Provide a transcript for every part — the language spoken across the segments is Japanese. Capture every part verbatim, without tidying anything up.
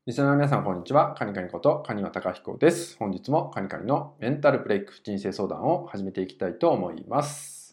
リスナーの皆さん、こんにちは。カニカニことカニワタカヒコです。本日もカニカニのメンタルブレイク人生相談を始めていきたいと思います。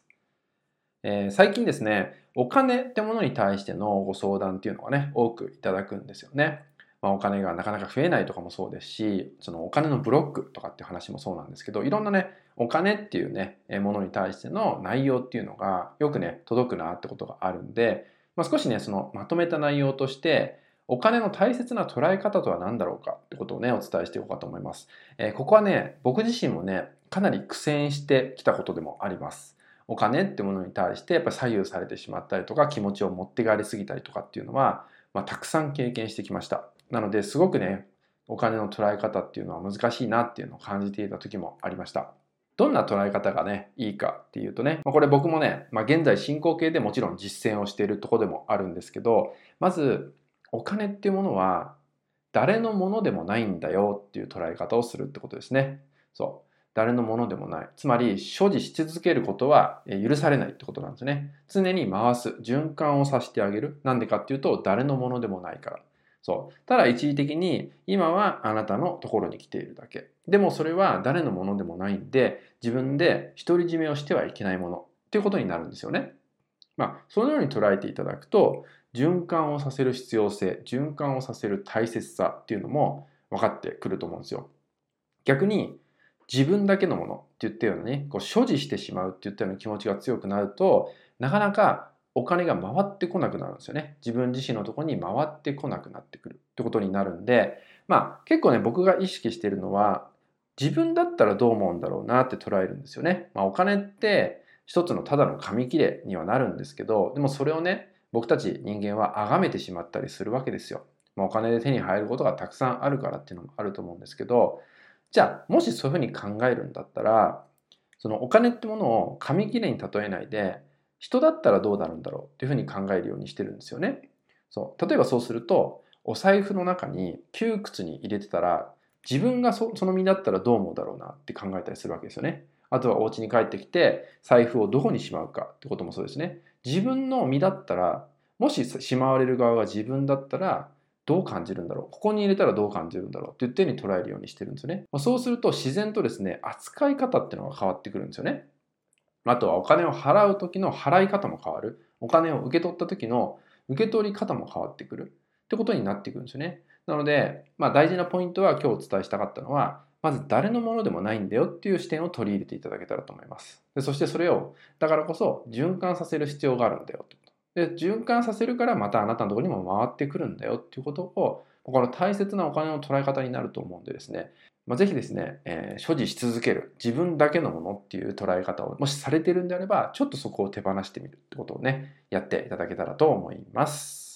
えー最近ですね、お金ってものに対してのご相談っていうのがね、多くいただくんですよね。まあ、お金がなかなか増えないとかもそうですし、そのお金のブロックとかっていう話もそうなんですけど、いろんなね、お金っていうね、えーものに対しての内容っていうのがよくね、届くなってことがあるんで、まあ、少しね、そのまとめた内容として、お金の大切な捉え方とは何だろうかってことをね、お伝えしていこうかと思います。えーここはね、僕自身もね、かなり苦戦してきたことでもあります。お金ってものに対してやっぱ左右されてしまったりとか、気持ちを持って帰りすぎたりとかっていうのは、まあ、たくさん経験してきました。なのですごくね、お金の捉え方っていうのは難しいなっていうのを感じていた時もありました。どんな捉え方がね、いいかっていうとね、まあ、これ僕もね、まあ、現在進行形でもちろん実践をしているところでもあるんですけど、まずお金っていうものは誰のものでもないんだよっていう捉え方をするってことですね。そう。誰のものでもない。つまり、所持し続けることは許されないってことなんですね。常に回す、循環をさせてあげる。なんでかっていうと、誰のものでもないから。そう。ただ一時的に、今はあなたのところに来ているだけ。でもそれは誰のものでもないんで、自分で独り占めをしてはいけないものっていうことになるんですよね。まあ、そのように捉えていただくと、循環をさせる必要性、循環をさせる大切さっていうのも分かってくると思うんですよ。逆に、自分だけのものって言ったようなね、こう所持してしまうって言ったような気持ちが強くなると、なかなかお金が回ってこなくなるんですよね。自分自身のところに回ってこなくなってくるってことになるんで、まあ結構ね、僕が意識しているのは、自分だったらどう思うんだろうなって捉えるんですよね。まあお金って一つのただの紙切れにはなるんですけど、でもそれをね、僕たち人間は崇めてしまったりするわけですよ。まあ、お金で手に入ることがたくさんあるからっていうのもあると思うんですけど、じゃあ、もしそういうふうに考えるんだったら、そのお金ってものを紙切れに例えないで、人だったらどうなるんだろうっていうふうに考えるようにしてるんですよね。そう。例えばそうすると、お財布の中に窮屈に入れてたら、自分がそその身だったらどう思うだろうなって考えたりするわけですよね。あとはお家に帰ってきて、財布をどこにしまうかってこともそうですね。自分の身だったら、もししまわれる側が自分だったら、どう感じるんだろう、ここに入れたらどう感じるんだろうって言ってに捉えるようにしてるんですよね。そうすると自然とですね、扱い方っていうのが変わってくるんですよね。あとはお金を払う時の払い方も変わる。お金を受け取った時の受け取り方も変わってくるってことになってくるんですよね。なので、まあ、大事なポイントは今日お伝えしたかったのは、まず誰のものでもないんだよっていう視点を取り入れていただけたらと思います。でそしてそれを、だからこそ循環させる必要があるんだよってこと。で、循環させるからまたあなたのところにも回ってくるんだよっていうことを、この大切なお金の捉え方になると思うんでですね、まあ、ぜひですね、えー所持し続ける自分だけのものっていう捉え方をもしされているんであれば、ちょっとそこを手放してみるってことをね、やっていただけたらと思います。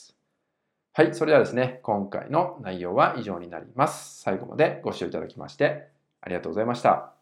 はい、それではですね、今回の内容は以上になります。最後までご視聴いただきましてありがとうございました。